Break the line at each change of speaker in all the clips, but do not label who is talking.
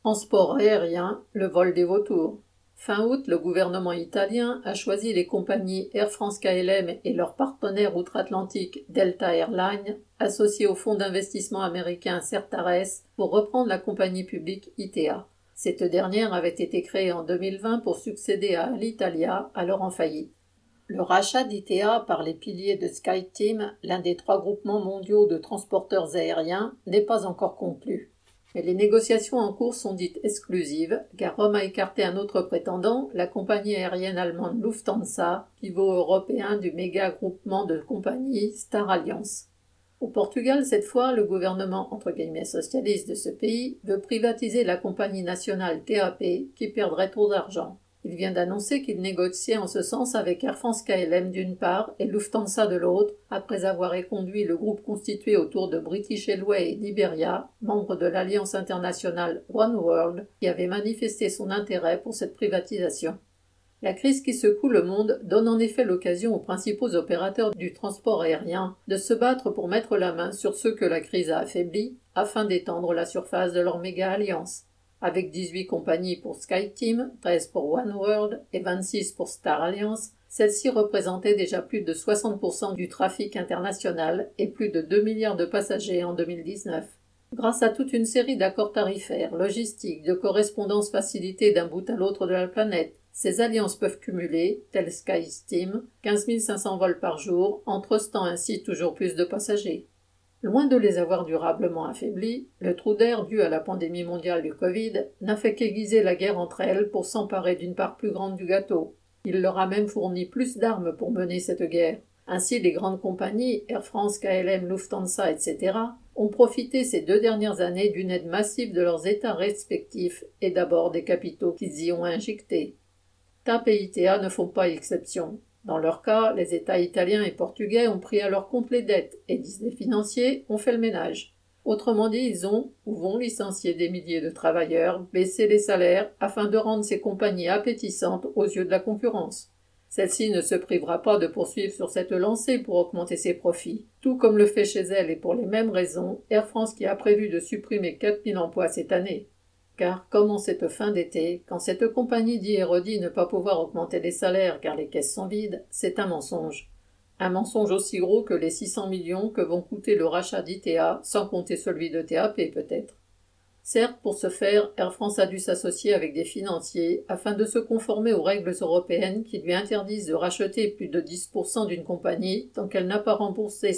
Transport aérien, le vol des vautours. Fin août, le gouvernement italien a choisi les compagnies Air France-KLM et leur partenaire outre-Atlantique Delta Air Lines, associés au fonds d'investissement américain Certares, pour reprendre la compagnie publique ITA. Cette dernière avait été créée en 2020 pour succéder à Alitalia, alors en faillite. Le rachat d'ITA par les piliers de SkyTeam, l'un des 3 groupements mondiaux de transporteurs aériens, n'est pas encore conclu. Mais les négociations en cours sont dites exclusives, car Rome a écarté un autre prétendant, la compagnie aérienne allemande Lufthansa, pivot européen du méga-groupement de compagnies Star Alliance. Au Portugal, cette fois, le gouvernement « socialiste » de ce pays veut privatiser la compagnie nationale TAP, qui perdrait trop d'argent. Il vient d'annoncer qu'il négociait en ce sens avec Air France-KLM d'une part et Lufthansa de l'autre, après avoir éconduit le groupe constitué autour de British Airways et d'Iberia, membres de l'alliance internationale One World, qui avait manifesté son intérêt pour cette privatisation. La crise qui secoue le monde donne en effet l'occasion aux principaux opérateurs du transport aérien de se battre pour mettre la main sur ceux que la crise a affaiblis, afin d'étendre la surface de leur méga-alliance. Avec 18 compagnies pour SkyTeam, 13 pour OneWorld et 26 pour Star Alliance, celle-ci représentait déjà plus de 60% du trafic international et plus de 2 milliards de passagers en 2019. Grâce à toute une série d'accords tarifaires, logistiques, de correspondances facilitées d'un bout à l'autre de la planète, ces alliances peuvent cumuler, tel SkyTeam, 15 500 vols par jour, en trustant ainsi toujours plus de passagers. Loin de les avoir durablement affaiblis, le trou d'air dû à la pandémie mondiale du Covid n'a fait qu'aiguiser la guerre entre elles pour s'emparer d'une part plus grande du gâteau. Il leur a même fourni plus d'armes pour mener cette guerre. Ainsi, les grandes compagnies, Air France, KLM, Lufthansa, etc., ont profité ces 2 dernières années d'une aide massive de leurs États respectifs et d'abord des capitaux qu'ils y ont injectés. TAP et ITA ne font pas exception. Dans leur cas, les États italiens et portugais ont pris à leur compte les dettes et, disent les financiers, ont fait le ménage. Autrement dit, ils ont ou vont licencier des milliers de travailleurs, baisser les salaires afin de rendre ces compagnies appétissantes aux yeux de la concurrence. Celle-ci ne se privera pas de poursuivre sur cette lancée pour augmenter ses profits, tout comme le fait chez elle et pour les mêmes raisons Air France qui a prévu de supprimer 4 000 emplois cette année. Car, comme en cette fin d'été, quand cette compagnie dit et redit ne pas pouvoir augmenter les salaires car les caisses sont vides, c'est un mensonge. Un mensonge aussi gros que les 600 millions que vont coûter le rachat d'ITA, sans compter celui de TAP peut-être. Certes, pour ce faire, Air France a dû s'associer avec des financiers afin de se conformer aux règles européennes qui lui interdisent de racheter plus de 10% d'une compagnie tant qu'elle n'a pas remboursé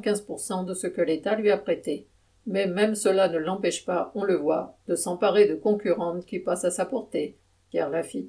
75% de ce que l'État lui a prêté. Mais même cela ne l'empêche pas, on le voit, de s'emparer de concurrentes qui passent à sa portée. Pierre Lafitte.